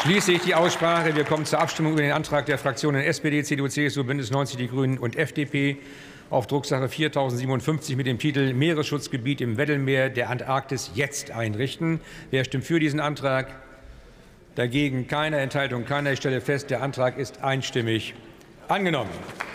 Schließe ich die Aussprache. Wir kommen zur Abstimmung über den Antrag der Fraktionen SPD, CDU, CSU, Bündnis 90, die Grünen und FDP auf Drucksache 4057 mit dem Titel Meeresschutzgebiet im Weddellmeer der Antarktis jetzt einrichten. Wer stimmt für diesen Antrag? Dagegen keine Enthaltung, keiner. Ich stelle fest, der Antrag ist einstimmig angenommen.